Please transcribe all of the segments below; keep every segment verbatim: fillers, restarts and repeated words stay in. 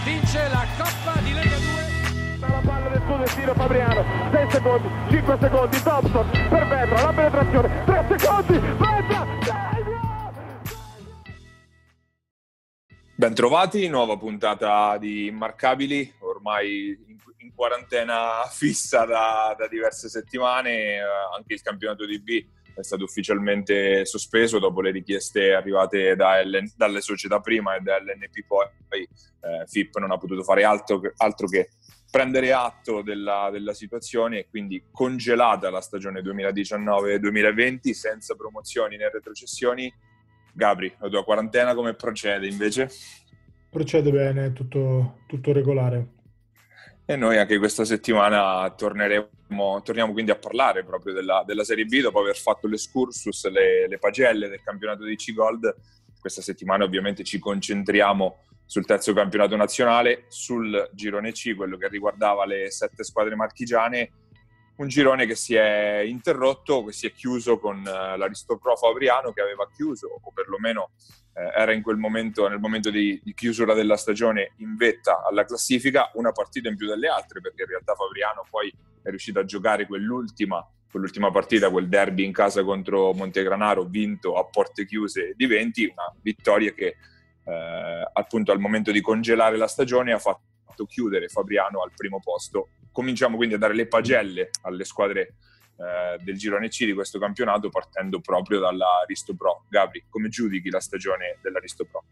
vince la Coppa di Lega due. La palla del suo destino Fabriano, sei secondi, cinque secondi, Thompson per Vetra, la penetrazione, tre secondi, Vetra, ben trovati, nuova puntata di Immarcabili, ormai in, in quarantena fissa da, da diverse settimane, eh, anche il campionato di B è stato ufficialmente sospeso dopo le richieste arrivate da L, dalle società prima e da L N P poi, eh, F I P non ha potuto fare altro, altro che prendere atto della, della situazione e quindi congelata la stagione duemiladiciannove duemilaventi senza promozioni né retrocessioni. Gabri, la tua quarantena come procede invece? Procede bene, tutto, tutto regolare. E noi anche questa settimana torneremo, torniamo quindi a parlare proprio della, della Serie B dopo aver fatto l'escursus, le, le pagelle del campionato di C Gold. Questa settimana ovviamente ci concentriamo sul terzo campionato nazionale, sul girone C, quello che riguardava le sette squadre marchigiane. Un girone che si è interrotto, che si è chiuso con uh, l'Aristopro Fabriano, che aveva chiuso, o perlomeno eh, era in quel momento, nel momento di, di chiusura della stagione, in vetta alla classifica, una partita in più delle altre, perché in realtà Fabriano poi è riuscito a giocare quell'ultima, quell'ultima partita, quel derby in casa contro Montegranaro, vinto a porte chiuse di venti, una vittoria che eh, appunto al momento di congelare la stagione ha fatto chiudere Fabriano al primo posto. Cominciamo quindi a dare le pagelle alle squadre eh, del girone C di questo campionato, partendo proprio dalla Aristopro. Gabri, come giudichi la stagione dell'Aristopro?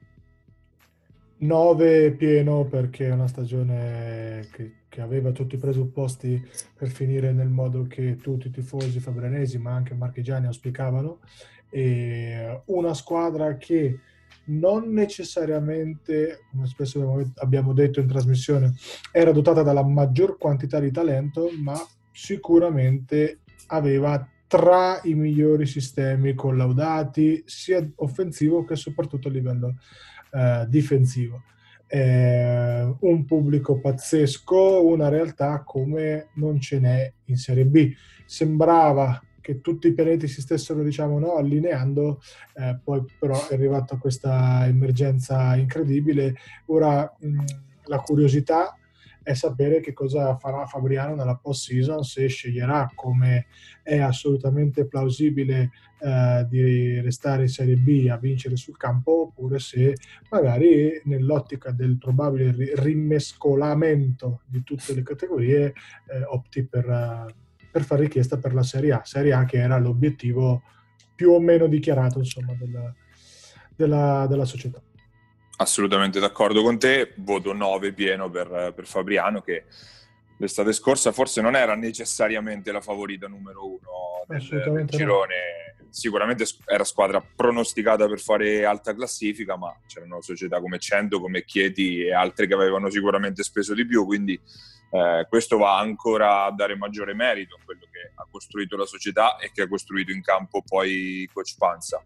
nove pieno, perché è una stagione che, che aveva tutti i presupposti per finire nel modo che tutti i tifosi fabrianesi ma anche marchigiani auspicavano, e una squadra che non necessariamente, come spesso abbiamo detto in trasmissione, era dotata dalla maggior quantità di talento, ma sicuramente aveva tra i migliori sistemi collaudati, sia offensivo che soprattutto a livello eh, difensivo. Eh, un pubblico pazzesco, una realtà come non ce n'è in Serie B. Sembrava che tutti i pianeti si stessero, diciamo, no, allineando, eh, poi però è arrivata questa emergenza incredibile. Ora mh, la curiosità è sapere che cosa farà Fabriano nella post-season, se sceglierà, come è assolutamente plausibile, eh, di restare in Serie B a vincere sul campo, oppure se magari nell'ottica del probabile rimescolamento di tutte le categorie eh, opti per... Uh, per fare richiesta per la Serie A, Serie A che era l'obiettivo più o meno dichiarato, insomma, della, della, della società. Assolutamente d'accordo con te, voto nove pieno per, per Fabriano, che l'estate scorsa forse non era necessariamente la favorita numero uno del, del girone, no. Sicuramente era squadra pronosticata per fare alta classifica, ma c'erano società come Cento, come Chieti e altre che avevano sicuramente speso di più, quindi Eh, questo va ancora a dare maggiore merito a quello che ha costruito la società e che ha costruito in campo poi Coach Panza,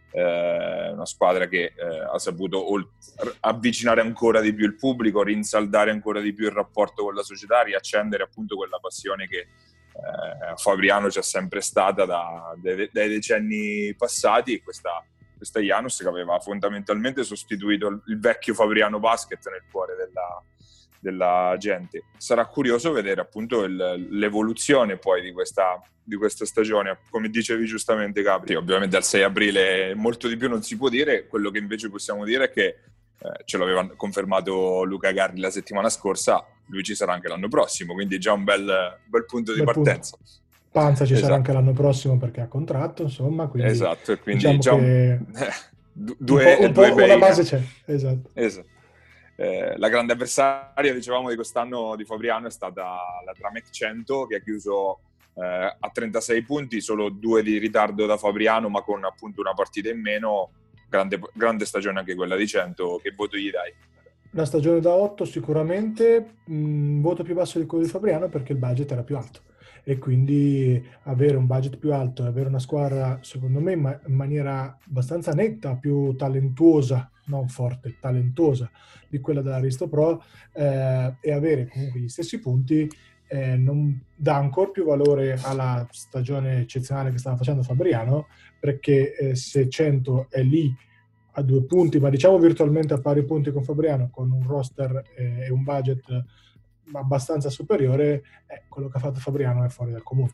eh, una squadra che eh, ha saputo ol- avvicinare ancora di più il pubblico, rinsaldare ancora di più il rapporto con la società, riaccendere appunto quella passione che eh, a Fabriano c'è sempre stata da, dai, dai decenni passati. Questa, questa Janus che aveva fondamentalmente sostituito il, il vecchio Fabriano Basket nel cuore della della gente. Sarà curioso vedere appunto il, l'evoluzione poi di questa, di questa stagione. Come dicevi giustamente, Gabri, ovviamente al sei aprile molto di più non si può dire. Quello che invece possiamo dire è che eh, ce l'aveva confermato Luca Garri la settimana scorsa, lui ci sarà anche l'anno prossimo, quindi già un bel, un bel punto di bel partenza. Punto. Panza ci esatto. sarà anche l'anno prossimo perché ha contratto, insomma, quindi esatto, e quindi diciamo già che un, due, un po', un due po' bei, una base c'è. Esatto. esatto. Eh, la grande avversaria, dicevamo, di quest'anno di Fabriano è stata la Tramec Cento, che ha chiuso eh, a trentasei punti, solo due di ritardo da Fabriano, ma con appunto una partita in meno. Grande, grande stagione anche quella di Cento. Che voto gli dai? La stagione da otto sicuramente, mh, voto più basso di quello di Fabriano perché il budget era più alto, e quindi avere un budget più alto e avere una squadra, secondo me, in, ma- in maniera abbastanza netta, più talentuosa, non forte, talentuosa di quella dell'Aristopro, eh, e avere comunque gli stessi punti, eh, non dà ancora più valore alla stagione eccezionale che stava facendo Fabriano, perché eh, se Cento è lì a due punti, ma diciamo virtualmente a pari punti con Fabriano, con un roster e un budget abbastanza superiore, eh, quello che ha fatto Fabriano è fuori dal comune.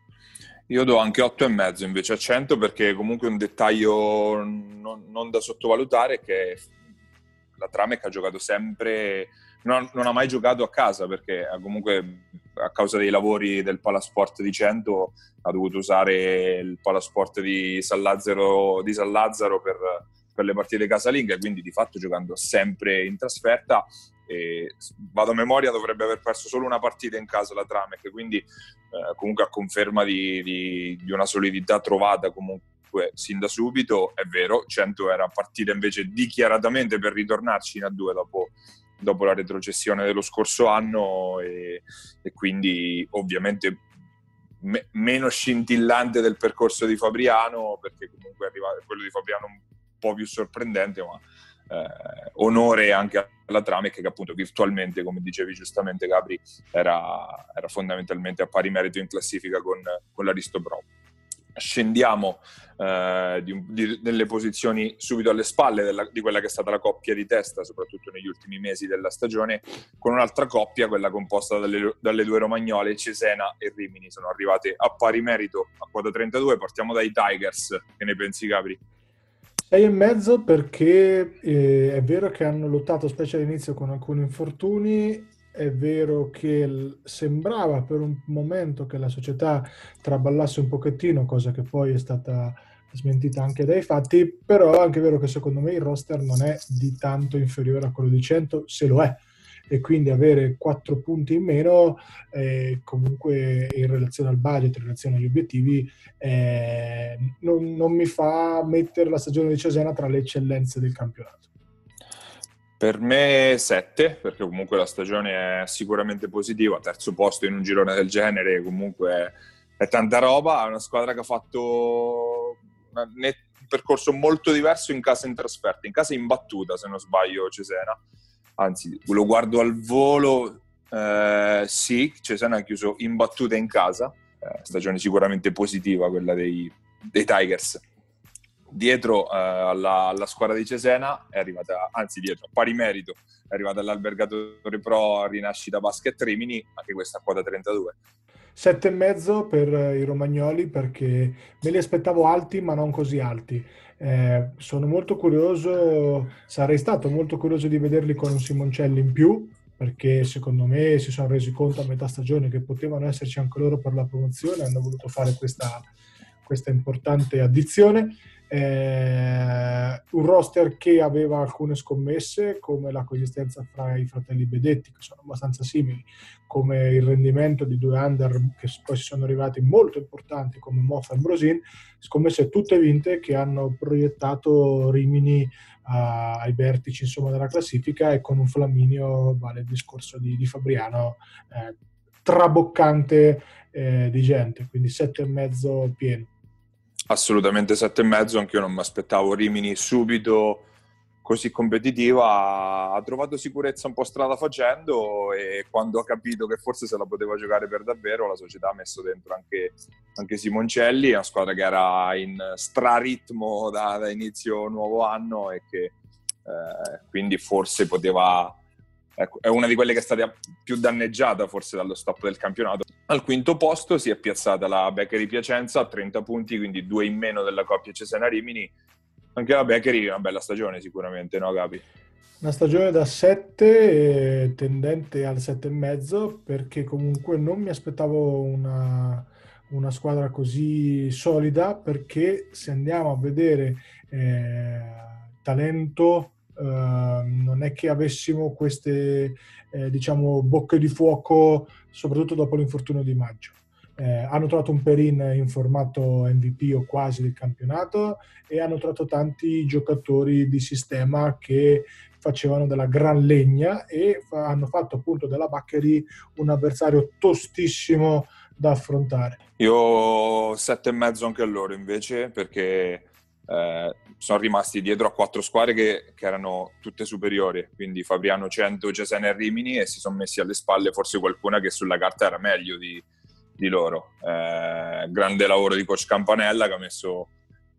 Io do anche otto e mezzo invece a cento, perché comunque un dettaglio non, non da sottovalutare, che la Tramec ha giocato sempre, non, non ha mai giocato a casa, perché comunque a causa dei lavori del Palasport di Cento ha dovuto usare il Palasport di San Lazzaro, di San Lazzaro per, per le partite casalinghe, quindi di fatto giocando sempre in trasferta. E vado a memoria, dovrebbe aver perso solo una partita in casa la Tramec, quindi eh, comunque a conferma di, di, di una solidità trovata comunque sin da subito. È vero, Cento era partita invece dichiaratamente per ritornarci in A due dopo, dopo la retrocessione dello scorso anno, e, e quindi ovviamente me, meno scintillante del percorso di Fabriano, perché comunque arriva, quello di Fabriano un po' più sorprendente, ma Eh, onore anche alla Tramec, che appunto virtualmente, come dicevi giustamente Gabri, era, era fondamentalmente a pari merito in classifica con, con l'Aristo Pro. Scendiamo eh, di, di, delle posizioni subito alle spalle della, di quella che è stata la coppia di testa, soprattutto negli ultimi mesi della stagione, con un'altra coppia, quella composta dalle, dalle due romagnole, Cesena e Rimini. Sono arrivate a pari merito a quota trentadue. Partiamo dai Tigers. Che ne pensi, Gabri? sei e mezzo, perché eh, è vero che hanno lottato, specie all'inizio, con alcuni infortuni. È vero che l- sembrava per un momento che la società traballasse un pochettino, cosa che poi è stata smentita anche dai fatti, però è anche vero che secondo me il roster non è di tanto inferiore a quello di Cento, se lo è, e quindi avere quattro punti in meno eh, comunque in relazione al budget, in relazione agli obiettivi, eh, non, non mi fa mettere la stagione di Cesena tra le eccellenze del campionato. Per me sette, perché comunque la stagione è sicuramente positiva, terzo posto in un girone del genere comunque è, è tanta roba. È una squadra che ha fatto una, un percorso molto diverso in casa e in trasferta. In casa è imbattuta, se non sbaglio, Cesena. Anzi, lo guardo al volo, eh, sì, Cesena ha chiuso imbattuta in casa, eh, stagione sicuramente positiva quella dei, dei Tigers. Dietro eh, alla, alla squadra di Cesena è arrivata, anzi dietro, a pari merito, è arrivata l'Albergatore Pro Rinascita Basket Rimini, anche questa a quota trentadue. Sette e mezzo per i romagnoli, perché me li aspettavo alti, ma non così alti. Eh, sono molto curioso, sarei stato molto curioso di vederli con un Simoncelli in più, perché secondo me si sono resi conto a metà stagione che potevano esserci anche loro per la promozione, hanno voluto fare questa, questa importante addizione. Eh, un roster che aveva alcune scommesse, come la coesistenza fra i fratelli Bedetti, che sono abbastanza simili, come il rendimento di due under che poi si sono arrivati molto importanti come Moffa e Brosin, scommesse tutte vinte che hanno proiettato Rimini uh, ai vertici, insomma, della classifica, e con un Flaminio, vale il discorso di, di Fabriano, eh, traboccante eh, di gente, quindi sette e mezzo pieno. Assolutamente sette e mezzo, anche io non mi aspettavo Rimini subito così competitiva. Ha trovato sicurezza un po' strada facendo, e quando ha capito che forse se la poteva giocare per davvero, la società ha messo dentro anche, anche Simoncelli. È una squadra che era in straritmo da, da inizio nuovo anno, e che eh, quindi forse poteva... Ecco, è una di quelle che è stata più danneggiata forse dallo stop del campionato. Al quinto posto si è piazzata la Beccheri Piacenza a trenta punti, quindi due in meno della coppia Cesena-Rimini. Anche la Beccheri è una bella stagione sicuramente, no Gabi? Una stagione da sette, eh, tendente al sette e mezzo, perché comunque non mi aspettavo una, una squadra così solida, perché se andiamo a vedere eh, talento, Uh, non è che avessimo queste eh, diciamo bocche di fuoco, soprattutto dopo l'infortunio di maggio. Eh, hanno trovato un Perin in formato M V P o quasi del campionato, e hanno trovato tanti giocatori di sistema che facevano della gran legna, e fa- hanno fatto appunto della Beccheri un avversario tostissimo da affrontare. Io sette e mezzo anche a loro invece, perché Eh, sono rimasti dietro a quattro squadre che, che erano tutte superiori, quindi Fabriano, Cento, Cesena e Rimini, e si sono messi alle spalle forse qualcuna che sulla carta era meglio di, di loro. Eh, grande lavoro di coach Campanella, che ha messo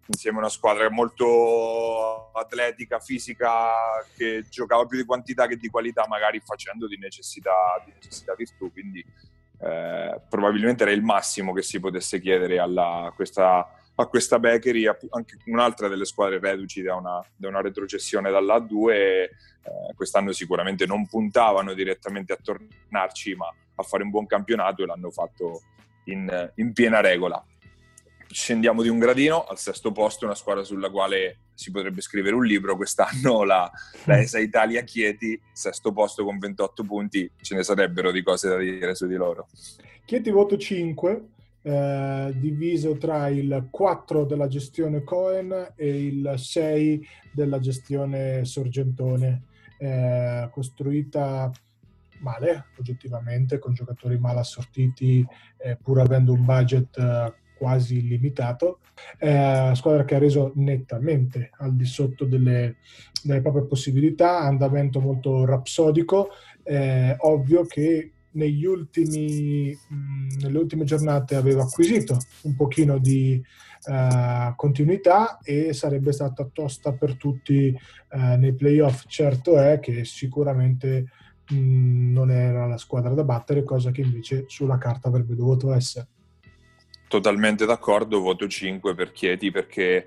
insieme a una squadra molto atletica, fisica, che giocava più di quantità che di qualità, magari facendo di necessità, di necessità virtù, quindi eh, probabilmente era il massimo che si potesse chiedere alla, a questa a questa Becchery, anche un'altra delle squadre reduci da una, da una retrocessione dall'A due. Eh, quest'anno sicuramente non puntavano direttamente a tornarci, ma a fare un buon campionato, e l'hanno fatto in, in piena regola. Scendiamo di un gradino, al sesto posto una squadra sulla quale si potrebbe scrivere un libro quest'anno, la, la E S A Italia Chieti, sesto posto con ventotto punti, ce ne sarebbero di cose da dire su di loro. Chieti voto cinque, Eh, diviso tra il quattro della gestione Cohen e il sei della gestione Sorgentone, eh, costruita male oggettivamente, con giocatori mal assortiti, eh, pur avendo un budget eh, quasi illimitato, eh, squadra che ha reso nettamente al di sotto delle, delle proprie possibilità, andamento molto rapsodico, eh, ovvio che negli ultimi, mh, nelle ultime giornate aveva acquisito un pochino di uh, continuità e sarebbe stata tosta per tutti uh, nei playoff. Certo è che sicuramente mh, non era la squadra da battere, cosa che invece sulla carta avrebbe dovuto essere. Totalmente d'accordo, voto cinque per Chieti, perché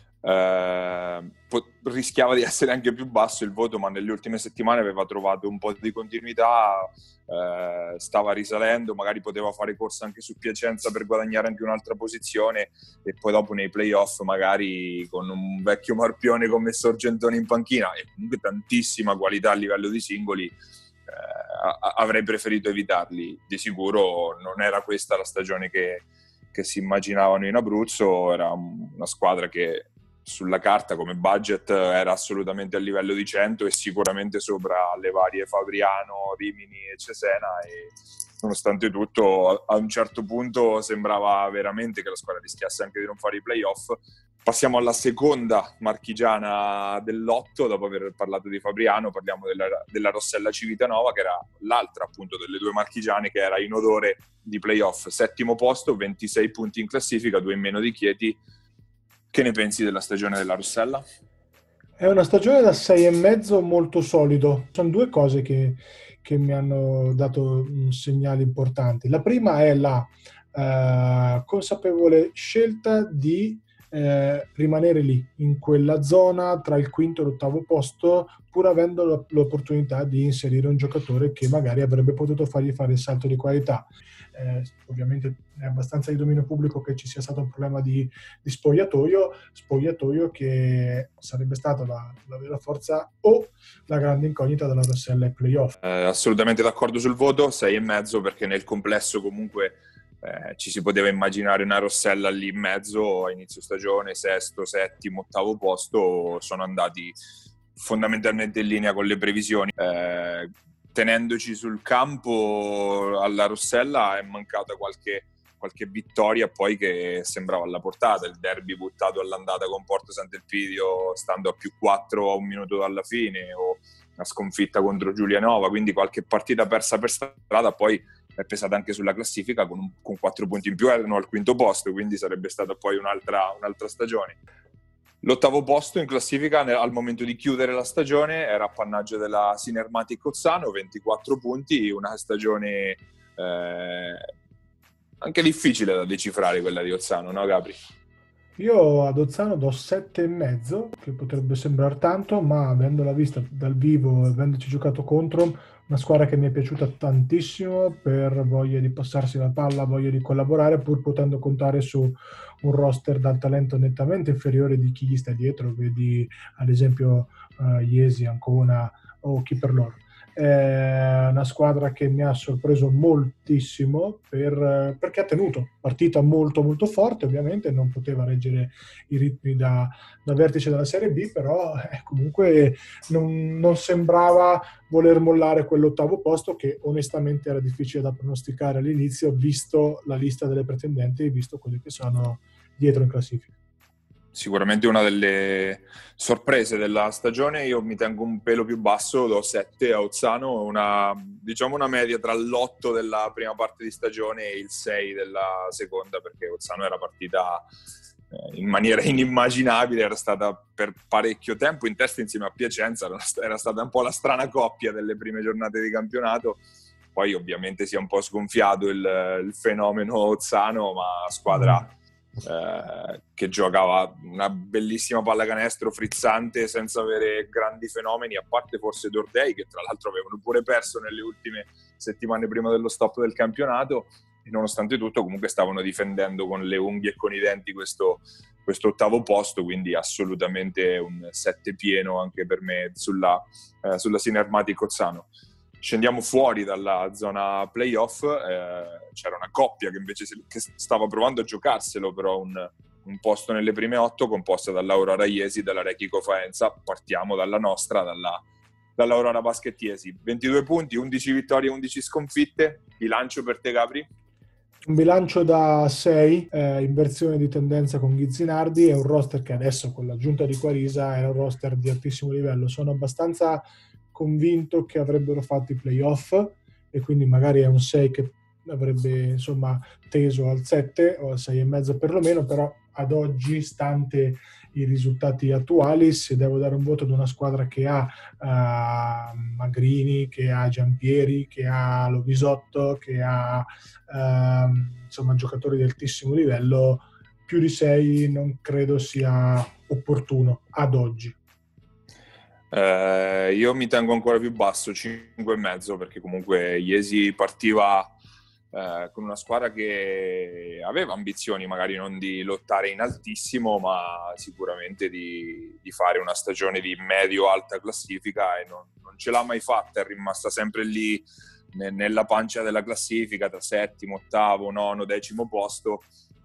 Eh, po- rischiava di essere anche più basso il voto, ma nelle ultime settimane aveva trovato un po' di continuità, eh, stava risalendo, magari poteva fare corsa anche su Piacenza per guadagnare anche un'altra posizione, e poi dopo nei playoff magari con un vecchio marpione come Sorgentone in panchina e comunque tantissima qualità a livello di singoli, eh, avrei preferito evitarli. Di sicuro non era questa la stagione che, che si immaginavano in Abruzzo, era una squadra che sulla carta come budget era assolutamente a livello di cento e sicuramente sopra le varie Fabriano, Rimini e Cesena, e nonostante tutto a un certo punto sembrava veramente che la squadra rischiasse anche di non fare i playoff. Passiamo alla seconda marchigiana dell'otto, dopo aver parlato di Fabriano parliamo della, della Rossella Civitanova, che era l'altra appunto delle due marchigiane che era in odore di playoff. Settimo posto, ventisei punti in classifica, due in meno di Chieti. Che ne pensi della stagione della Rossella? È una stagione da sei e mezzo molto solido. Sono due cose che, che mi hanno dato segnali importanti. La prima è la eh, consapevole scelta di eh, rimanere lì, in quella zona tra il quinto e l'ottavo posto, pur avendo l'opportunità di inserire un giocatore che magari avrebbe potuto fargli fare il salto di qualità. Eh, ovviamente è abbastanza di dominio pubblico che ci sia stato un problema di, di spogliatoio, spogliatoio che sarebbe stata la, la vera forza o la grande incognita della Rossella ai playoff. Eh, assolutamente d'accordo sul voto, sei e mezzo, perché nel complesso comunque eh, ci si poteva immaginare una Rossella lì in mezzo a inizio stagione, sesto, settimo, ottavo posto, sono andati fondamentalmente in linea con le previsioni. Eh, tenendoci sul campo, alla Rossella è mancata qualche, qualche vittoria poi che sembrava alla portata, il derby buttato all'andata con Porto Sant'Elpidio stando a più quattro a un minuto dalla fine, o una sconfitta contro Giulianova, quindi qualche partita persa per strada poi è pesata anche sulla classifica, con, un, con quattro punti in più erano al quinto posto, quindi sarebbe stata poi un'altra, un'altra stagione. L'ottavo posto in classifica al momento di chiudere la stagione era appannaggio della Sinermatic Ozzano, ventiquattro punti, una stagione eh, anche difficile da decifrare quella di Ozzano, no Gabri? Io ad Ozzano do sette e mezzo, che potrebbe sembrare tanto, ma avendola vista dal vivo, avendoci giocato contro, una squadra che mi è piaciuta tantissimo per voglia di passarsi la palla, voglia di collaborare, pur potendo contare su un roster dal talento nettamente inferiore di chi gli sta dietro, vedi ad esempio uh, Iesi, Ancona o chi per loro. È una squadra che mi ha sorpreso moltissimo per, perché ha tenuto partita molto molto forte, ovviamente non poteva reggere i ritmi da, da vertice della Serie B, però eh, comunque non, non sembrava voler mollare quell'ottavo posto, che onestamente era difficile da pronosticare all'inizio, visto la lista delle pretendenti e visto quelli che sono dietro in classifica. Sicuramente una delle sorprese della stagione. Io mi tengo un pelo più basso, do sette a Ozzano, una, diciamo una media tra l'otto della prima parte di stagione e il sei della seconda, perché Ozzano era partita in maniera inimmaginabile, era stata per parecchio tempo in testa insieme a Piacenza, era stata un po' la strana coppia delle prime giornate di campionato. Poi ovviamente si è un po' sgonfiato il, il fenomeno Ozzano, ma squadra eh, che giocava una bellissima pallacanestro frizzante senza avere grandi fenomeni, a parte forse Dordei, che tra l'altro avevano pure perso nelle ultime settimane prima dello stop del campionato, e nonostante tutto comunque stavano difendendo con le unghie e con i denti questo, questo ottavo posto, quindi assolutamente un sette pieno anche per me sulla, eh, sulla Sinermatic Ozzano. Scendiamo fuori dalla zona playoff, eh, c'era una coppia che invece che stava provando a giocarselo, però un, un posto nelle prime otto, composta dall'Aurora Iesi e dalla Rechico Faenza. Partiamo dalla nostra, dalla, dall'Aurora Basket Iesi. ventidue punti, undici vittorie, undici sconfitte. Bilancio per te, Gabri? Un bilancio da sei, eh, inversione di tendenza con Ghizzinardi, e un roster che adesso con l'aggiunta di Quarisa è un roster di altissimo livello. Sono abbastanza convinto che avrebbero fatto i playoff, e quindi magari è un sei che avrebbe insomma teso al sette o al sei e mezzo perlomeno, però ad oggi, stante i risultati attuali, se devo dare un voto ad una squadra che ha uh, Magrini, che ha Giampieri, che ha Lovisotto, che ha uh, insomma giocatori di altissimo livello, più di sei non credo sia opportuno ad oggi. Eh, io mi tengo ancora più basso, cinque e mezzo, perché comunque Iesi partiva eh, con una squadra che aveva ambizioni magari non di lottare in altissimo, ma sicuramente di, di fare una stagione di medio-alta classifica, e non, non ce l'ha mai fatta, è rimasta sempre lì ne, nella pancia della classifica, tra settimo, ottavo, nono, decimo posto.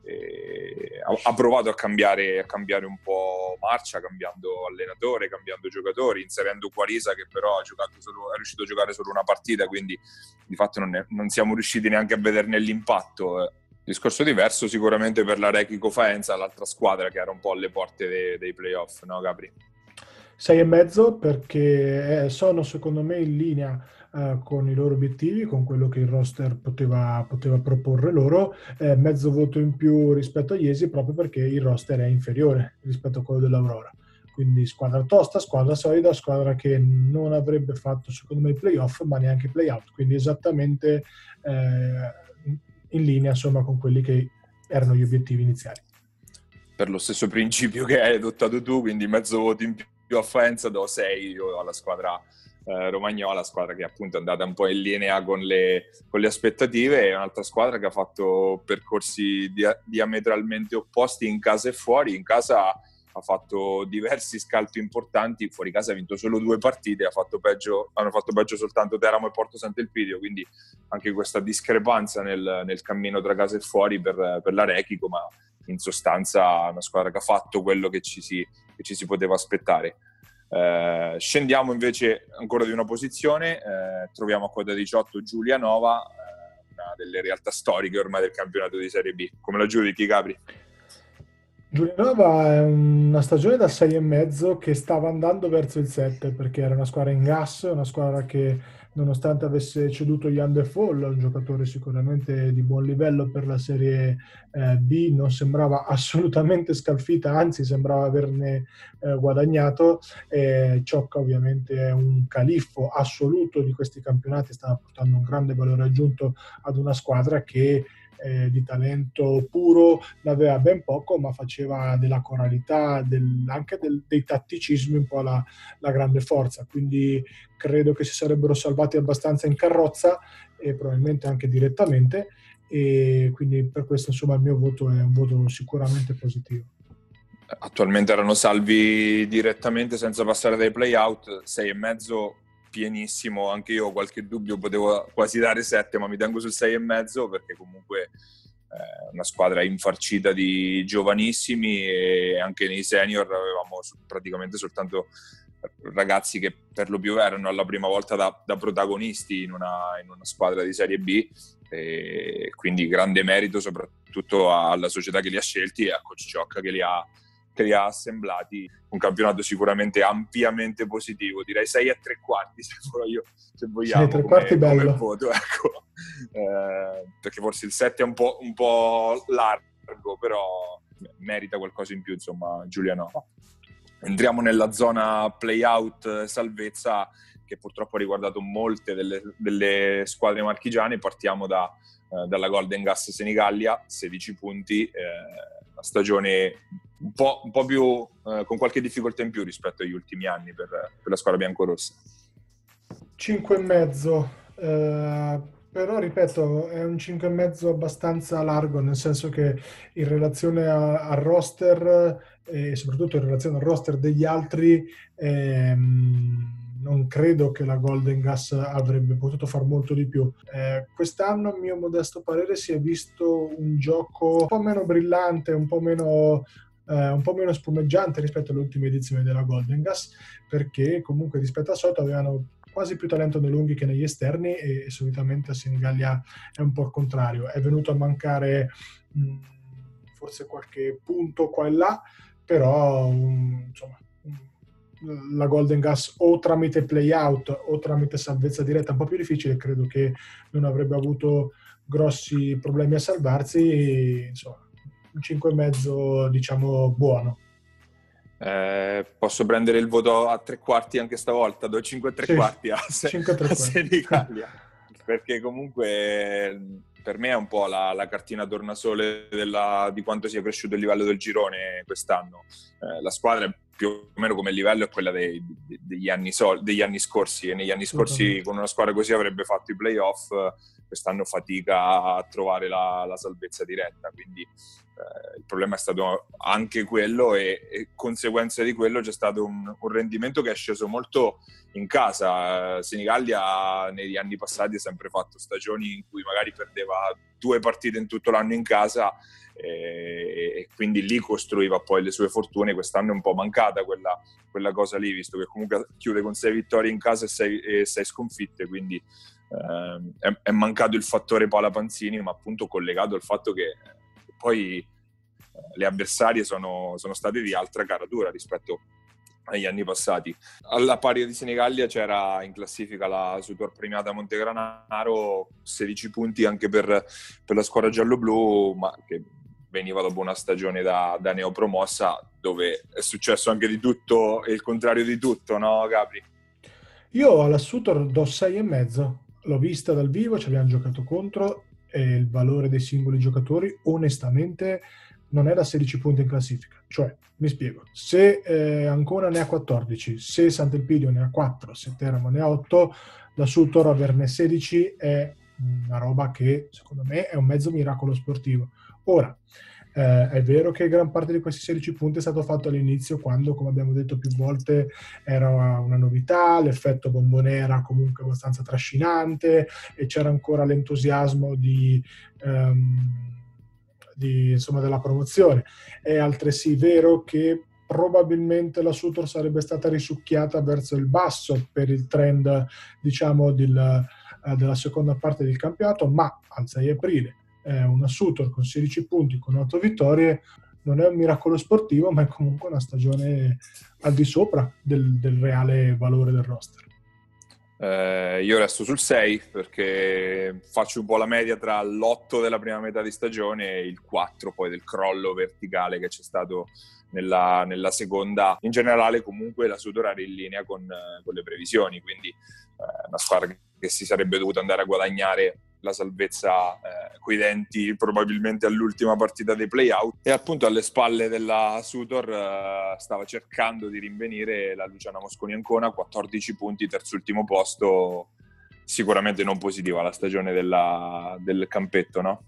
E ha, ha provato a cambiare, a cambiare un po' marcia, cambiando allenatore, cambiando giocatori, inserendo Quarisa, che però ha giocato solo, è riuscito a giocare solo una partita, quindi di fatto non, è, non siamo riusciti neanche a vederne l'impatto. Discorso diverso sicuramente per la Rechico Faenza, l'altra squadra che era un po' alle porte dei, dei playoff, no Gabri? sei e mezzo, perché sono secondo me in linea Uh, con i loro obiettivi, con quello che il roster poteva, poteva proporre loro, eh, mezzo voto in più rispetto a Iesi, proprio perché il roster è inferiore rispetto a quello dell'Aurora. Quindi squadra tosta, squadra solida, squadra che non avrebbe fatto secondo me i playoff, ma neanche i playout, quindi esattamente eh, in linea insomma con quelli che erano gli obiettivi iniziali. Per lo stesso principio che hai adottato tu, quindi mezzo voto in più a Faenza, do sei io alla squadra Eh, romagnola, squadra che appunto è andata un po' in linea con le, con le aspettative, e un'altra squadra che ha fatto percorsi dia- diametralmente opposti in casa e fuori. In casa ha fatto diversi scalpi importanti, fuori casa ha vinto solo due partite, ha fatto peggio, hanno fatto peggio soltanto Teramo e Porto Sant'Elpidio, quindi anche questa discrepanza nel, nel cammino tra casa e fuori per, per la Rechico, ma in sostanza una squadra che ha fatto quello che ci si, che ci si poteva aspettare. Eh, scendiamo invece ancora di una posizione, eh, troviamo a quota diciotto Giulianova, eh, una delle realtà storiche ormai del campionato di Serie B. Come la giudichi, Gabri? Giulianova è una stagione da sei e mezzo che stava andando verso il sette, perché era una squadra in gas, una squadra che nonostante avesse ceduto Jan De Fall, un giocatore sicuramente di buon livello per la Serie eh, B, non sembrava assolutamente scalfita, anzi sembrava averne eh, guadagnato. E Ciocca ovviamente è un califfo assoluto di questi campionati, stava portando un grande valore aggiunto ad una squadra che Eh, di talento puro ne aveva ben poco, ma faceva della coralità, del, anche del, dei tatticismi un po' la, la grande forza, quindi credo che si sarebbero salvati abbastanza in carrozza e probabilmente anche direttamente, e quindi per questo insomma il mio voto è un voto sicuramente positivo. Attualmente erano salvi direttamente senza passare dai play-out, sei e mezzo pienissimo. Anche io qualche dubbio potevo quasi dare sette, ma mi tengo sul sei e mezzo, perché comunque è una squadra infarcita di giovanissimi, e anche nei senior avevamo praticamente soltanto ragazzi che per lo più erano alla prima volta da, da protagonisti in una, in una squadra di Serie B, e quindi grande merito soprattutto alla società che li ha scelti e a Coach Ciocca che li ha che li ha assemblati. Un campionato sicuramente ampiamente positivo, direi sei e tre quarti se, io, se vogliamo, sì, tre quarti come, bello. come voto, ecco. Eh, perché forse il sette è un po', un po' largo, però merita qualcosa in più, insomma, Giuliano. Entriamo nella zona play-out salvezza, che purtroppo ha riguardato molte delle, delle squadre marchigiane. Partiamo da, eh, dalla Golden Gas Senigallia, sedici punti, eh, una stagione un po', un po' più eh, con qualche difficoltà in più rispetto agli ultimi anni per, per la squadra biancorossa. cinque e mezzo, eh, però ripeto, è un cinque e mezzo abbastanza largo, nel senso che in relazione a, al roster e soprattutto in relazione al roster degli altri, ehm, non credo che la Golden Gas avrebbe potuto far molto di più. Eh, quest'anno, a mio modesto parere, si è visto un gioco un po' meno brillante, un po' meno, eh, un po' meno spumeggiante rispetto alle ultime edizioni della Golden Gas, perché comunque rispetto al solito avevano quasi più talento nei lunghi che negli esterni, e, e solitamente a Senigallia è un po' il contrario. È venuto a mancare mh, forse qualche punto qua e là, però um, insomma la Golden Gas o tramite play-out o tramite salvezza diretta un po' più difficile, credo che non avrebbe avuto grossi problemi a salvarsi, e, insomma, un cinque e mezzo diciamo buono. Eh, posso prendere il voto a tre quarti anche stavolta, do cinque e tre Sì, quarti a, cinque e tre a quarti. Senigallia, perché comunque per me è un po' la, la cartina tornasole della, di quanto sia cresciuto il livello del girone quest'anno. Eh, la squadra più o meno come livello è quella dei, degli, anni sol, degli anni scorsi, e negli anni scorsi con una squadra così avrebbe fatto i playoff. Quest'anno fatica a trovare la, la salvezza diretta, quindi eh, il problema è stato anche quello, e, e conseguenza di quello c'è stato un, un rendimento che è sceso molto in casa. Senigallia negli anni passati ha sempre fatto stagioni in cui magari perdeva due partite in tutto l'anno in casa, e, e quindi lì costruiva poi le sue fortune. Quest'anno è un po' mancata quella, quella cosa lì, visto che comunque chiude con sei vittorie in casa e sei, e sei sconfitte, quindi eh, è, è mancato il fattore Paola Panzini, ma appunto collegato al fatto che poi eh, le avversarie sono, sono state di altra caratura rispetto agli anni passati. Alla pari di Senigallia c'era in classifica la Sutor premiata Montegranaro, sedici punti anche per, per la squadra giallo-blu, ma che veniva dopo una stagione da, da neopromossa, dove è successo anche di tutto e il contrario di tutto, no Gabri? Io alla Sutor do sei e mezzo, l'ho vista dal vivo, ci abbiamo giocato contro, e il valore dei singoli giocatori onestamente non è da sedici punti in classifica. Cioè, mi spiego, se eh, Ancona ne ha quattordici, se Sant'Elpidio ne ha quattro, se Teramo ne ha otto, la Sutor averne sedici è una roba che secondo me è un mezzo miracolo sportivo. Ora, eh, è vero che gran parte di questi sedici punti è stato fatto all'inizio, quando, come abbiamo detto più volte, era una novità, l'effetto bombonera comunque abbastanza trascinante, e c'era ancora l'entusiasmo di... Um, Di, insomma, della promozione. È altresì vero che probabilmente la Sutor sarebbe stata risucchiata verso il basso per il trend, diciamo, del, uh, della seconda parte del campionato, ma al sei aprile eh, una Sutor con sedici punti, con otto vittorie, non è un miracolo sportivo, ma è comunque una stagione al di sopra del, del reale valore del roster. Eh, io resto sul sei, perché faccio un po' la media tra l'otto della prima metà di stagione e il quattro poi del crollo verticale che c'è stato nella, nella seconda. In generale comunque la Sutor era in linea con, con le previsioni, quindi eh, una squadra che si sarebbe dovuta andare a guadagnare la salvezza eh, coi denti probabilmente all'ultima partita dei play-out, e appunto alle spalle della Sutor eh, stava cercando di rinvenire la Luciana Mosconi Ancona, quattordici punti, terzultimo posto. Sicuramente non positiva la stagione della, del campetto, no?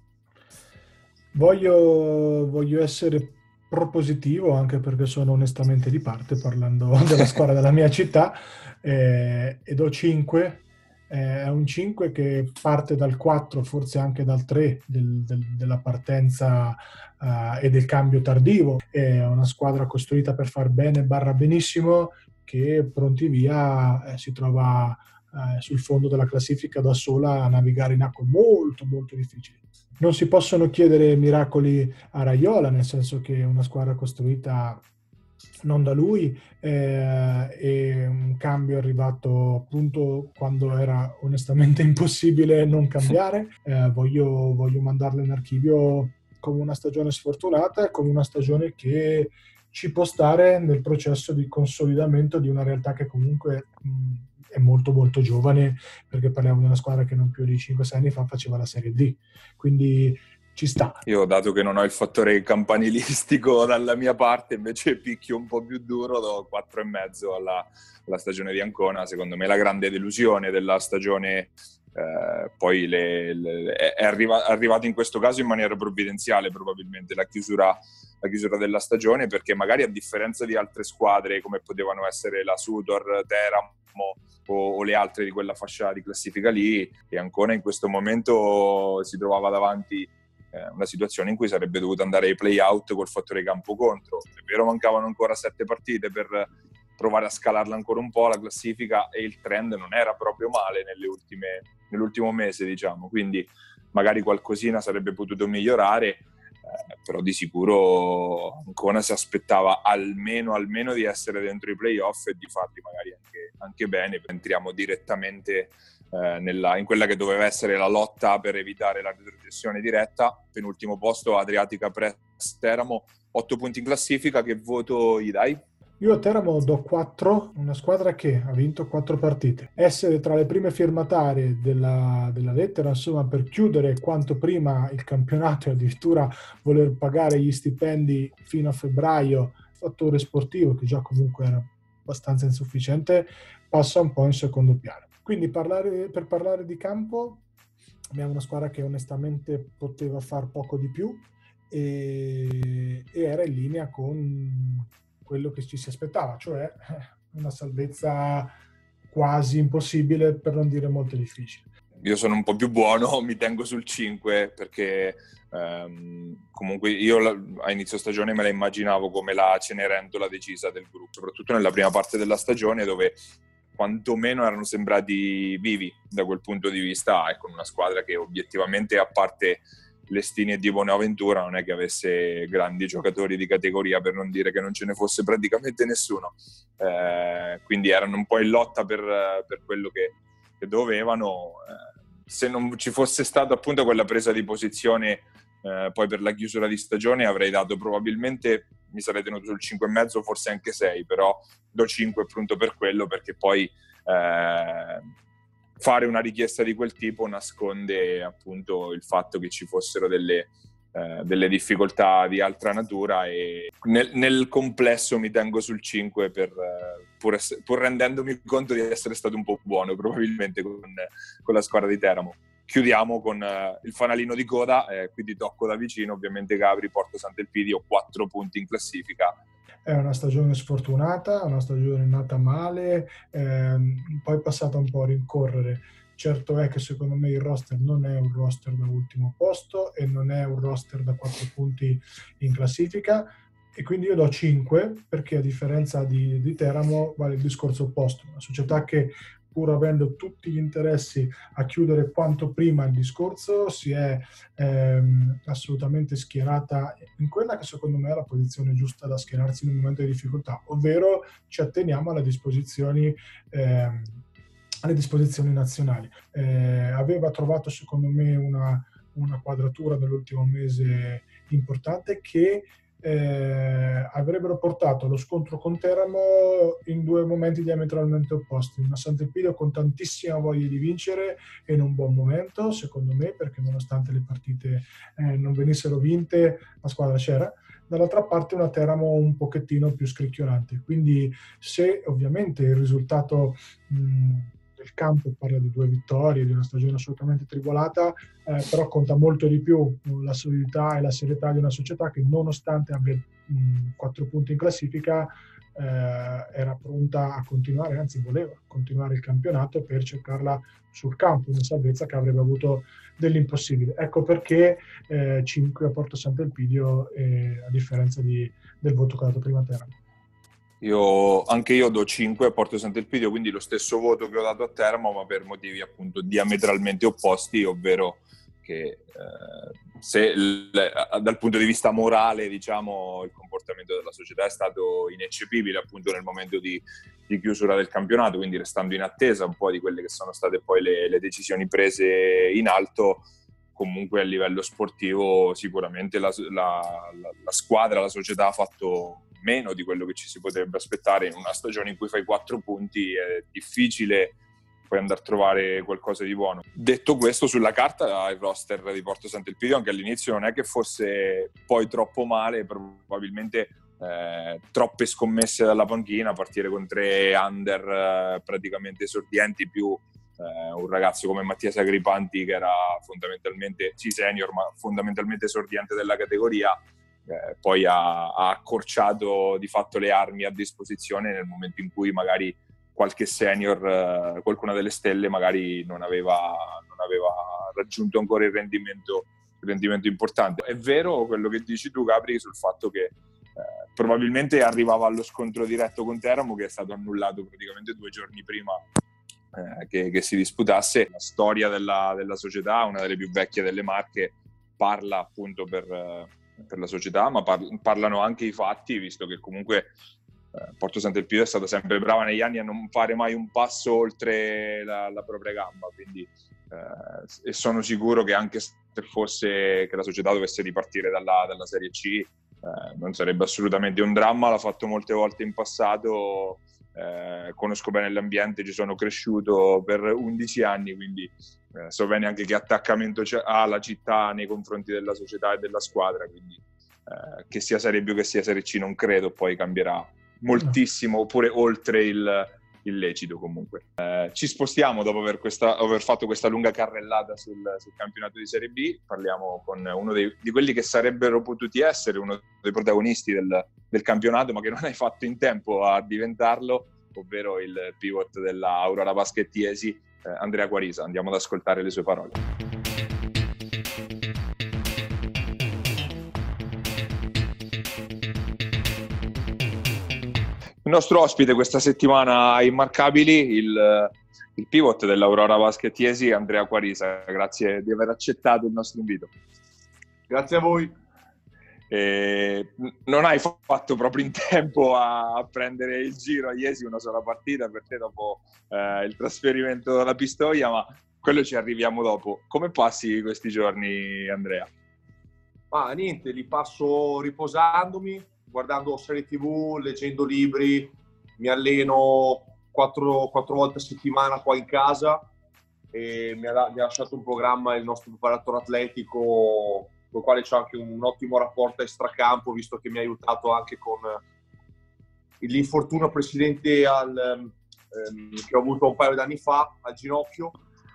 Voglio, voglio essere propositivo, anche perché sono onestamente di parte, parlando della squadra della mia città, eh, e do cinque. È un cinque che parte dal quattro, forse anche dal tre del, del, della partenza uh, e del cambio tardivo. È una squadra costruita per far bene barra benissimo, che pronti via eh, si trova eh, sul fondo della classifica da sola a navigare in acque molto molto difficili. Non si possono chiedere miracoli a Raiola, nel senso che è una squadra costruita non da lui, eh, e un cambio è arrivato appunto quando era onestamente impossibile non cambiare. Eh, voglio, voglio mandarlo in archivio come una stagione sfortunata e come una stagione che ci può stare nel processo di consolidamento di una realtà che comunque mh, è molto molto giovane, perché parliamo di una squadra che non più di cinque sei anni fa faceva la Serie D, quindi ci sta. Io, dato che non ho il fattore campanilistico dalla mia parte, invece picchio un po' più duro, do quattro e mezzo alla, alla stagione di Ancona. Secondo me la grande delusione della stagione eh, poi le, le, è arriva, arrivata in questo caso in maniera provvidenziale, probabilmente la chiusura, la chiusura della stagione, perché magari a differenza di altre squadre come potevano essere la Sudor, Teramo o, o le altre di quella fascia di classifica lì, e Ancona in questo momento si trovava davanti una situazione in cui sarebbe dovuto andare ai play-out col fattore campo contro. È vero, mancavano ancora sette partite per provare a scalarla ancora un po' la classifica, e il trend non era proprio male nelle ultime, nell'ultimo mese, diciamo, quindi magari qualcosina sarebbe potuto migliorare, eh, però di sicuro Ancona si aspettava almeno, almeno di essere dentro i play-off, e di farli magari anche, anche bene. Entriamo direttamente Eh, nella, in quella che doveva essere la lotta per evitare la retrocessione diretta. Penultimo posto Adriatica Press Teramo, otto punti in classifica. Che voto gli dai? Io a Teramo do quattro, una squadra che ha vinto quattro partite. Essere tra le prime firmatarie della, della lettera, insomma, per chiudere quanto prima il campionato e addirittura voler pagare gli stipendi fino a febbraio, fattore sportivo che già comunque era abbastanza insufficiente, passa un po' in secondo piano. Quindi parlare, per parlare di campo, abbiamo una squadra che onestamente poteva far poco di più e, e era in linea con quello che ci si aspettava, cioè una salvezza quasi impossibile, per non dire molto difficile. Io sono un po' più buono, mi tengo sul cinque, perché ehm, comunque io la, a inizio stagione me la immaginavo come la Cenerentola decisa del gruppo, soprattutto nella prima parte della stagione, dove quantomeno erano sembrati vivi da quel punto di vista, e con una squadra che obiettivamente, a parte Lestini e Di Bonaventura, non è che avesse grandi giocatori di categoria, per non dire che non ce ne fosse praticamente nessuno, eh, quindi erano un po' in lotta per, per quello che, che dovevano. Eh, se non ci fosse stata appunto quella presa di posizione eh, poi per la chiusura di stagione, avrei dato probabilmente, mi sarei tenuto sul cinque e mezzo, forse anche sei, però do cinque appunto per quello, perché poi eh, fare una richiesta di quel tipo nasconde appunto il fatto che ci fossero delle, eh, delle difficoltà di altra natura, e nel, nel complesso mi tengo sul cinque, per, eh, pur, ess- pur rendendomi conto di essere stato un po' buono probabilmente con, con la squadra di Teramo. Chiudiamo con uh, il fanalino di coda, eh, quindi tocco da vicino ovviamente Gabri, Porto Sant'Elpidio, quattro punti in classifica. È una stagione sfortunata, una stagione nata male, ehm, poi è passata un po' a rincorrere. Certo è che secondo me il roster non è un roster da ultimo posto e non è un roster da quattro punti in classifica, e quindi io do cinque, perché a differenza di, di Teramo vale il discorso opposto. Una società che, pur avendo tutti gli interessi a chiudere quanto prima il discorso, si è ehm, assolutamente schierata in quella che secondo me è la posizione giusta da schierarsi in un momento di difficoltà, ovvero ci atteniamo alle disposizioni ehm, alle disposizioni nazionali. Eh, aveva trovato secondo me una, una quadratura nell'ultimo mese importante che Eh, avrebbero portato lo scontro con Teramo in due momenti diametralmente opposti. Una Sant'Elpidio con tantissima voglia di vincere e in un buon momento, secondo me, perché nonostante le partite eh, non venissero vinte, la squadra c'era. Dall'altra parte una Teramo un pochettino più scricchiolante. Quindi se ovviamente il risultato mh, del campo parla di due vittorie, di una stagione assolutamente tribolata, eh, però conta molto di più la solidità e la serietà di una società che, nonostante abbia mh, quattro punti in classifica, eh, era pronta a continuare, anzi voleva continuare il campionato per cercarla sul campo, una salvezza che avrebbe avuto dell'impossibile. Ecco perché eh, cinque a Porto Sant'Elpidio, eh, a differenza di, del voto che ha dato prima Teramo. Io, anche io do cinque a Porto Sant'Elpidio, quindi lo stesso voto che ho dato a Teramo, ma per motivi appunto diametralmente opposti, ovvero che eh, se il, dal punto di vista morale, diciamo, il comportamento della società è stato ineccepibile appunto nel momento di, di chiusura del campionato, quindi restando in attesa un po' di quelle che sono state poi le, le decisioni prese in alto, comunque a livello sportivo sicuramente la, la, la, la squadra, la società ha fatto meno di quello che ci si potrebbe aspettare. In una stagione in cui fai quattro punti è difficile poi andare a trovare qualcosa di buono. Detto questo, sulla carta il roster di Porto Sant'Elpidio anche all'inizio non è che fosse poi troppo male, probabilmente eh, troppe scommesse dalla panchina, partire con tre under eh, praticamente esordienti più eh, un ragazzo come Mattia Sagripanti che era fondamentalmente sì senior ma fondamentalmente esordiente della categoria. Eh, poi ha, ha accorciato di fatto le armi a disposizione nel momento in cui magari qualche senior, eh, qualcuna delle stelle magari non aveva, non aveva raggiunto ancora il rendimento, il rendimento importante. È vero quello che dici tu, Gabri, sul fatto che eh, probabilmente arrivava allo scontro diretto con Teramo, che è stato annullato praticamente due giorni prima eh, che, che si disputasse. La storia della, della società, una delle più vecchie delle Marche, parla appunto per... Eh, per la società, ma par- parlano anche i fatti, visto che comunque eh, Porto Sant'Elpidio è stata sempre brava negli anni a non fare mai un passo oltre la, la propria gamba, quindi eh, e sono sicuro che anche se fosse che la società dovesse ripartire dalla, dalla Serie C eh, non sarebbe assolutamente un dramma. L'ha fatto molte volte in passato, eh, conosco bene l'ambiente, ci sono cresciuto per undici anni, quindi Eh, so bene anche che attaccamento ha la città nei confronti della società e della squadra, quindi eh, che sia Serie B o che sia Serie C non credo poi cambierà moltissimo, oppure oltre il, il lecito comunque. Eh, ci spostiamo dopo aver, questa, aver fatto questa lunga carrellata sul, sul campionato di Serie B, parliamo con uno dei, di quelli che sarebbero potuti essere uno dei protagonisti del, del campionato ma che non hai fatto in tempo a diventarlo, ovvero il pivot della Aurora Basket Chiesi, Eh, Andrea Quarisa. Andiamo ad ascoltare le sue parole. Il nostro ospite questa settimana a Immarcabili, il, il pivot dell'Aurora Basket Chiesi, Andrea Quarisa. Grazie di aver accettato il nostro invito. Grazie a voi. Eh, non hai fatto proprio in tempo a prendere il giro a Iesi, una sola partita per te dopo eh, il trasferimento dalla Pistoia, ma quello ci arriviamo dopo. Come passi questi giorni, Andrea? Ma niente, li passo riposandomi, guardando serie tivù, leggendo libri, mi alleno quattro, quattro volte a settimana qua in casa e mi ha, mi ha lasciato un programma il nostro preparatore atletico, con il quale c'è anche un ottimo rapporto extracampo, visto che mi ha aiutato anche con l'infortunio precedente al, ehm, che ho avuto un paio di anni fa al ginocchio,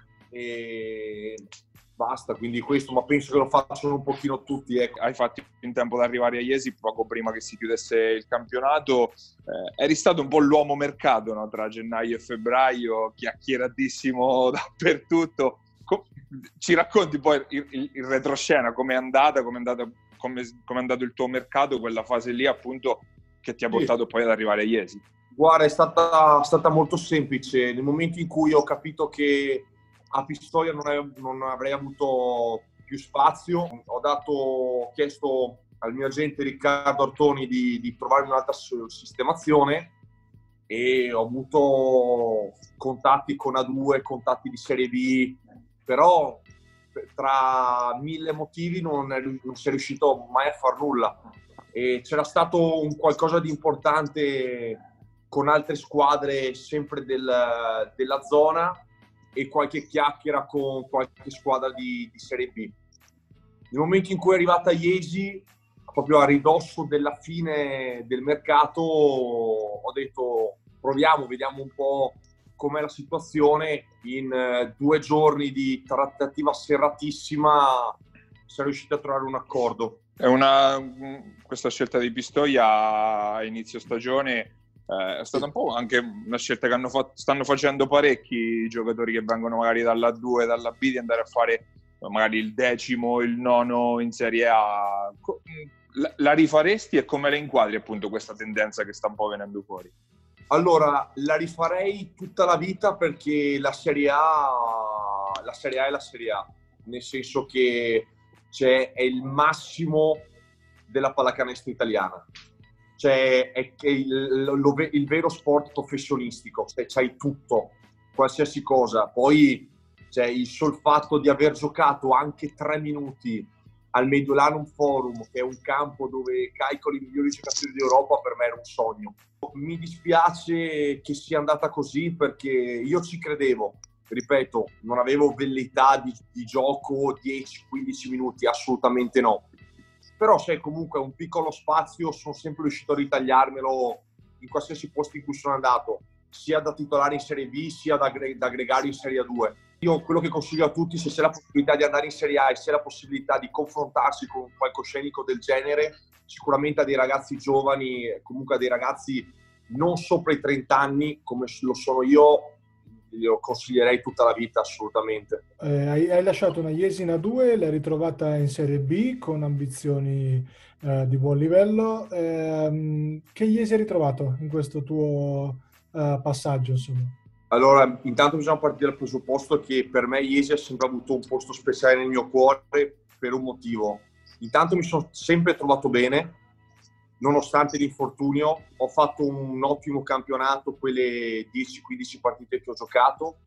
e basta, quindi questo, ma penso che lo facciano un pochino tutti. Ecco. Hai fatto in tempo ad arrivare a Iesi poco prima che si chiudesse il campionato, eh, eri stato un po' l'uomo mercato, no? Tra gennaio e febbraio, chiacchieratissimo dappertutto. Ci racconti poi il, il, il retroscena, come è andata, come è andata, come, come è andato il tuo mercato, quella fase lì appunto che ti ha portato sì. poi ad arrivare a Iesi? Guarda, è stata, stata molto semplice. Nel momento in cui ho capito che a Pistoia non, è, non avrei avuto più spazio, ho dato, ho chiesto al mio agente Riccardo Artoni di, di trovare un'altra sistemazione e ho avuto contatti con A due, contatti di Serie B, però tra mille motivi non, è, non si è riuscito mai a far nulla, e c'era stato un qualcosa di importante con altre squadre sempre del, della zona e qualche chiacchiera con qualche squadra di, di Serie B. Nel momento in cui è arrivata Iesi, proprio a ridosso della fine del mercato, ho detto proviamo, vediamo un po' com'è la situazione. In uh, due giorni di trattativa serratissima si è riusciti a trovare un accordo. È una, questa scelta di Pistoia a inizio stagione eh, è stata un po' anche una scelta che hanno fatto, stanno facendo parecchi giocatori che vengono magari dalla due, dalla B, di andare a fare magari il decimo, il nono in Serie A. La, la rifaresti e come la inquadri appunto questa tendenza che sta un po' venendo fuori? Allora, la rifarei tutta la vita, perché la Serie A, la Serie A è la Serie A, nel senso che cioè, è il massimo della pallacanestro italiana. Cioè, è che il, lo, il vero sport professionistico, cioè, c'hai tutto, qualsiasi cosa. Poi cioè il sol fatto di aver giocato anche tre minuti al Mediolanum Forum, che è un campo dove calcoli i migliori giocatori d'Europa, per me era un sogno. Mi dispiace che sia andata così, perché io ci credevo, ripeto, non avevo velleità di, di gioco dieci quindici minuti, assolutamente no. Però se comunque un piccolo spazio sono sempre riuscito a ritagliarmelo in qualsiasi posto in cui sono andato, sia da titolare in Serie B, sia da, da aggregare in Serie A due. Io quello che consiglio a tutti, se c'è la possibilità di andare in Serie A e se c'è la possibilità di confrontarsi con un palcoscenico del genere, sicuramente a dei ragazzi giovani, comunque a dei ragazzi non sopra i trenta anni, come lo sono io, io consiglierei tutta la vita, assolutamente. Eh, hai, hai lasciato una Jesina due, l'hai ritrovata in Serie B con ambizioni eh, di buon livello. Eh, che Jesi hai ritrovato in questo tuo eh, passaggio, insomma? Allora, intanto bisogna partire dal presupposto che per me Jesi ha sempre avuto un posto speciale nel mio cuore per un motivo. Intanto mi sono sempre trovato bene, nonostante l'infortunio. Ho fatto un ottimo campionato, quelle dieci quindici partite che ho giocato,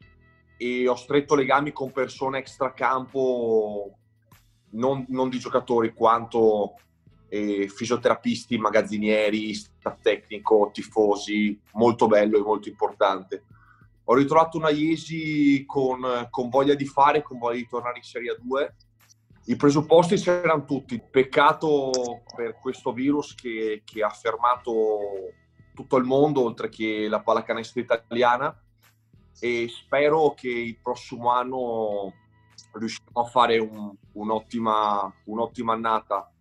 e ho stretto legami con persone extracampo, non, non di giocatori, quanto eh, fisioterapisti, magazzinieri, staff tecnico, tifosi, molto bello e molto importante. Ho ritrovato una Jesi con, con voglia di fare, con voglia di tornare in Serie A due. I presupposti c'erano tutti. Peccato per questo virus che, che ha fermato tutto il mondo, oltre che la pallacanestro italiana, e spero che il prossimo anno riusciremo a fare un, un'ottima, un'ottima annata.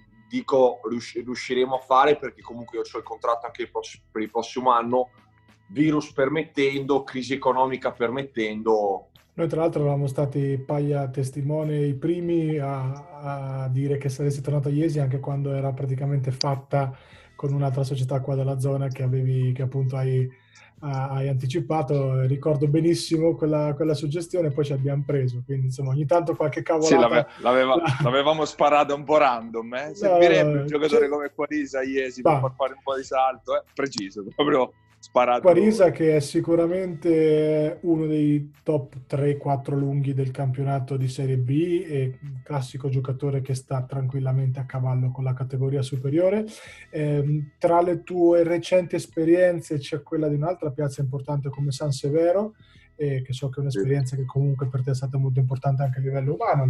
Dico riusciremo a fare perché comunque io ho il contratto anche per il prossimo anno, virus permettendo, crisi economica permettendo. Noi tra l'altro eravamo stati paia testimone i primi a, a dire che saresti tornato a Jesi anche quando era praticamente fatta con un'altra società qua della zona che avevi, che appunto hai, hai anticipato. Ricordo benissimo quella, quella suggestione, poi ci abbiamo preso, quindi insomma ogni tanto qualche cavolata. Sì, l'ave, l'aveva, l'avevamo sparata un po' random, eh? Servirebbe no, un giocatore cioè, come Quarisa a Jesi per far fare un po' di salto, eh? Preciso, proprio sparato. Quarisa, che è sicuramente uno dei top tre quattro lunghi del campionato di Serie B e un classico giocatore che sta tranquillamente a cavallo con la categoria superiore. Eh, tra le tue recenti esperienze c'è quella di un'altra piazza importante come San Severo, eh, che so che è un'esperienza sì. che comunque per te è stata molto importante anche a livello umano,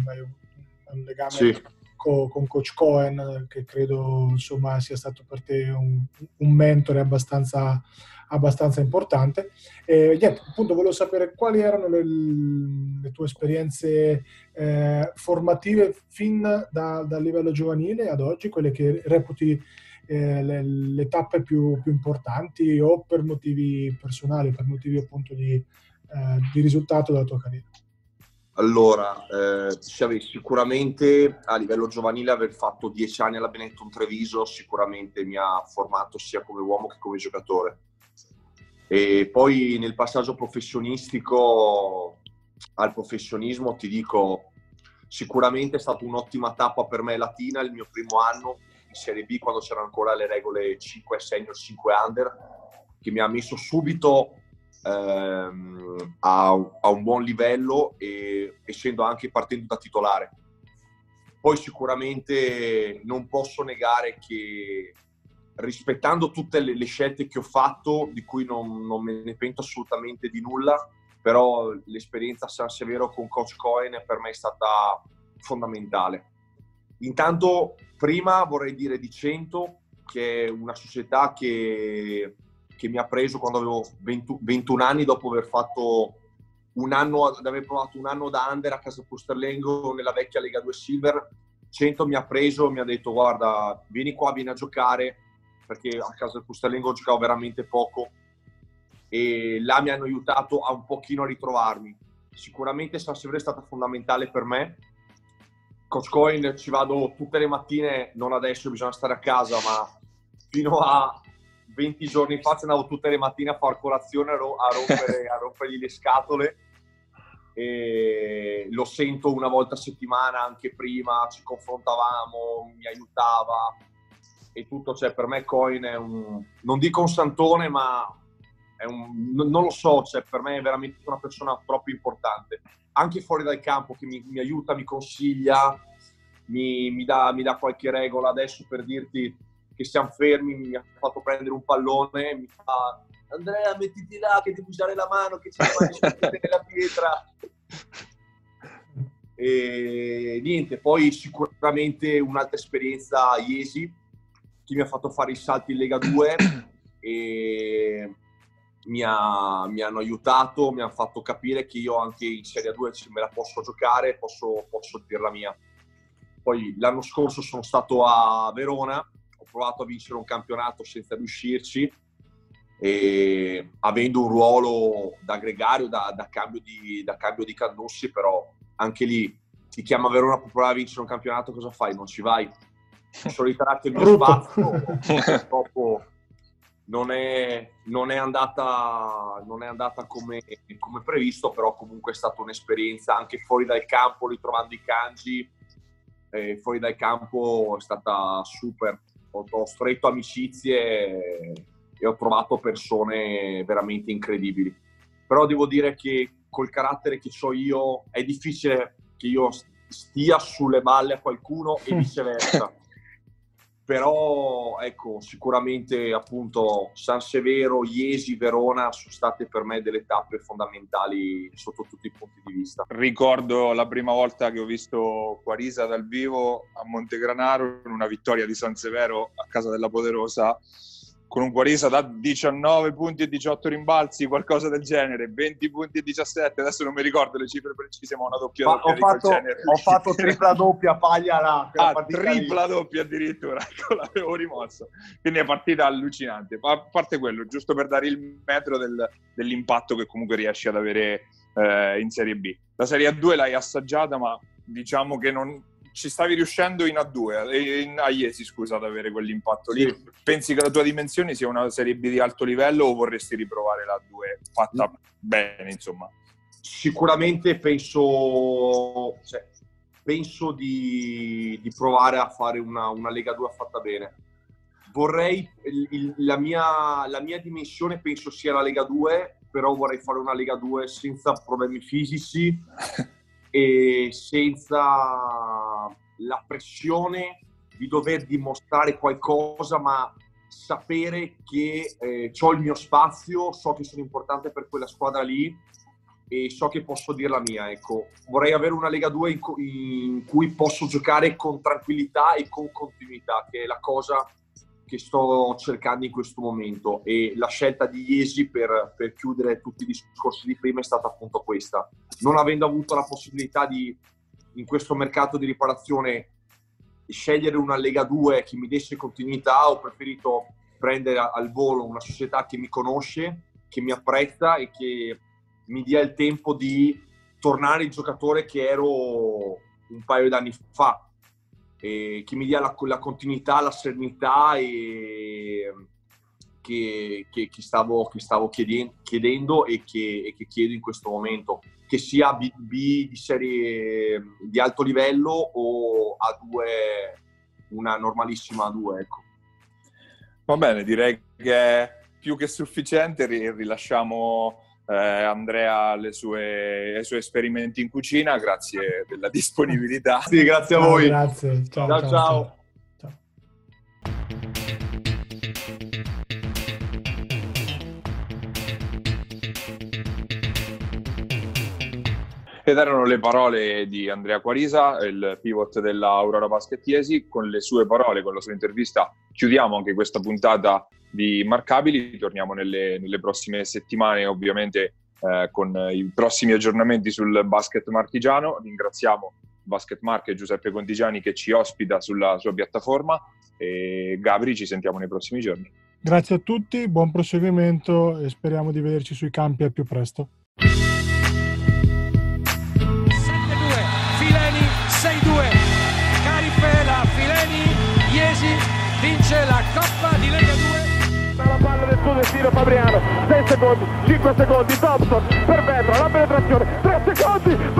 è un legame sì. con, con Coach Cohen, che credo insomma sia stato per te un, un mentore abbastanza, abbastanza importante. E niente, appunto volevo sapere quali erano le, le tue esperienze eh, formative fin da, dal livello giovanile ad oggi, quelle che reputi eh, le, le tappe più, più importanti o per motivi personali, per motivi appunto di, eh, di risultato della tua carriera. Allora, eh, sicuramente a livello giovanile aver fatto dieci anni alla Benetton Treviso sicuramente mi ha formato sia come uomo che come giocatore. E poi nel passaggio professionistico al professionismo ti dico, sicuramente è stata un'ottima tappa per me Latina il mio primo anno in Serie B, quando c'erano ancora le regole cinque senior, cinque under, che mi ha messo subito ehm, a, a un buon livello, e essendo anche partendo da titolare. Poi sicuramente non posso negare che, rispettando tutte le, le scelte che ho fatto, di cui non, non me ne pento assolutamente di nulla, però l'esperienza a San Severo con Coach Cohen per me è stata fondamentale. Intanto prima vorrei dire di Cento, che è una società che, che mi ha preso quando avevo venti, ventuno anni, dopo aver fatto un anno, ad aver provato un anno da under a Casal Pusterlengo nella vecchia Lega due Silver. Cento mi ha preso, mi ha detto guarda, vieni qua, vieni a giocare, perché a Casal Pusterlengo giocavo veramente poco, e là mi hanno aiutato a un pochino a ritrovarmi. Sicuramente San Severo è stata fondamentale per me. Coach Cohen ci vado tutte le mattine, non adesso, bisogna stare a casa, ma fino a venti giorni fa andavo tutte le mattine a far colazione, a, ro- a, rompere, a rompergli le scatole, e lo sento una volta a settimana, anche prima ci confrontavamo, mi aiutava e tutto. Cioè per me Cohen è un, non dico un santone, ma è è un, non lo so, cioè, per me è veramente una persona troppo importante, anche fuori dal campo, che mi, mi aiuta, mi consiglia, mi, mi, dà, mi dà qualche regola. Adesso, per dirti che siamo fermi, mi ha fatto prendere un pallone, mi fa: Andrea, mettiti là che devi usare la mano, che c'è la pietra. E niente, poi sicuramente un'altra esperienza a Iesi, che mi ha fatto fare i salti in Lega due e mi, ha, mi hanno aiutato, mi hanno fatto capire che io anche in Serie due me la posso giocare, posso, posso dirla mia. Poi l'anno scorso sono stato a Verona, ho provato a vincere un campionato senza riuscirci, e avendo un ruolo da gregario, da, da, cambio di, da cambio di Cannussi, però anche lì ti chiama Verona per provare a vincere un campionato, cosa fai? Non ci vai? Mi sono ritirato il mio spazio, purtroppo non è, non è andata, non è andata come, come previsto, però comunque è stata un'esperienza anche fuori dal campo, ritrovando i kanji, eh, fuori dal campo è stata super. Ho, ho stretto amicizie e, e ho trovato persone veramente incredibili. Però devo dire che col carattere che ho io è difficile che io stia sulle balle a qualcuno e viceversa. Però ecco, sicuramente appunto San Severo, Iesi, Verona sono state per me delle tappe fondamentali sotto tutti i punti di vista. Ricordo la prima volta che ho visto Quarisa dal vivo a Montegranaro, in una vittoria di San Severo a casa della Poderosa, con un Quarisa da diciannove punti e diciotto rimbalzi, qualcosa del genere, venti punti e diciassette, adesso non mi ricordo le cifre precise, ma una doppia ma doppia ho di fatto, quel genere. Ho fatto tripla doppia, paglia là. Ah, tripla doppia addirittura, ecco, l'avevo rimosso. Quindi è partita allucinante. Ma a parte quello, giusto per dare il metro del, dell'impatto che comunque riesci ad avere eh, in Serie B. La Serie A due l'hai assaggiata, ma diciamo che non ci stavi riuscendo in A due, in A Iesi, scusa, ad avere quell'impatto lì. Sì. Pensi che la tua dimensione sia una Serie B di alto livello o vorresti riprovare la A due fatta sì. bene, insomma? Sicuramente penso, cioè, penso di, di provare a fare una, una Lega due fatta bene. Vorrei, il, il, la, mia, la mia dimensione penso sia la Lega due, però vorrei fare una Lega due senza problemi fisici e senza la pressione di dover dimostrare qualcosa, ma sapere che eh, ho il mio spazio, so che sono importante per quella squadra lì e so che posso dir la mia. Ecco, vorrei avere una Lega due in, cu- in cui posso giocare con tranquillità e con continuità, che è la cosa che sto cercando in questo momento, e la scelta di Iesi per, per chiudere tutti i discorsi di prima è stata appunto questa. Non avendo avuto la possibilità di, in questo mercato di riparazione, scegliere una Lega due che mi desse continuità, ho preferito prendere al volo una società che mi conosce, che mi apprezza e che mi dia il tempo di tornare il giocatore che ero un paio d'anni fa, e che mi dia la, la continuità, la serenità e che, che, che stavo, che stavo chiedendo, chiedendo e, che, e che chiedo in questo momento, che sia B, B di serie di alto livello o A due, una normalissima A due, ecco. Va bene, direi che è più che sufficiente. Rilasciamo eh, Andrea le sue, i suoi esperimenti in cucina, grazie della disponibilità. Sì, grazie a ciao, voi. Grazie. Ciao, ciao. ciao. ciao. ciao. Ed erano le parole di Andrea Quarisa, il pivot della Aurora Basket Iesi. Con le sue parole, con la sua intervista, chiudiamo anche questa puntata di Immarcabili. Torniamo nelle, nelle prossime settimane, ovviamente eh, con i prossimi aggiornamenti sul basket marchigiano. Ringraziamo Basket Marche e Giuseppe Contigiani che ci ospita sulla sua piattaforma, e Gabri, ci sentiamo nei prossimi giorni. Grazie a tutti, buon proseguimento e speriamo di vederci sui campi al più presto. sei due, Carifela, Fileni, Iesi vince la Coppa di Lega due. La palla del suo destino Fabriano, sei secondi, cinque secondi, Thompson per Vetra, la penetrazione, tre secondi,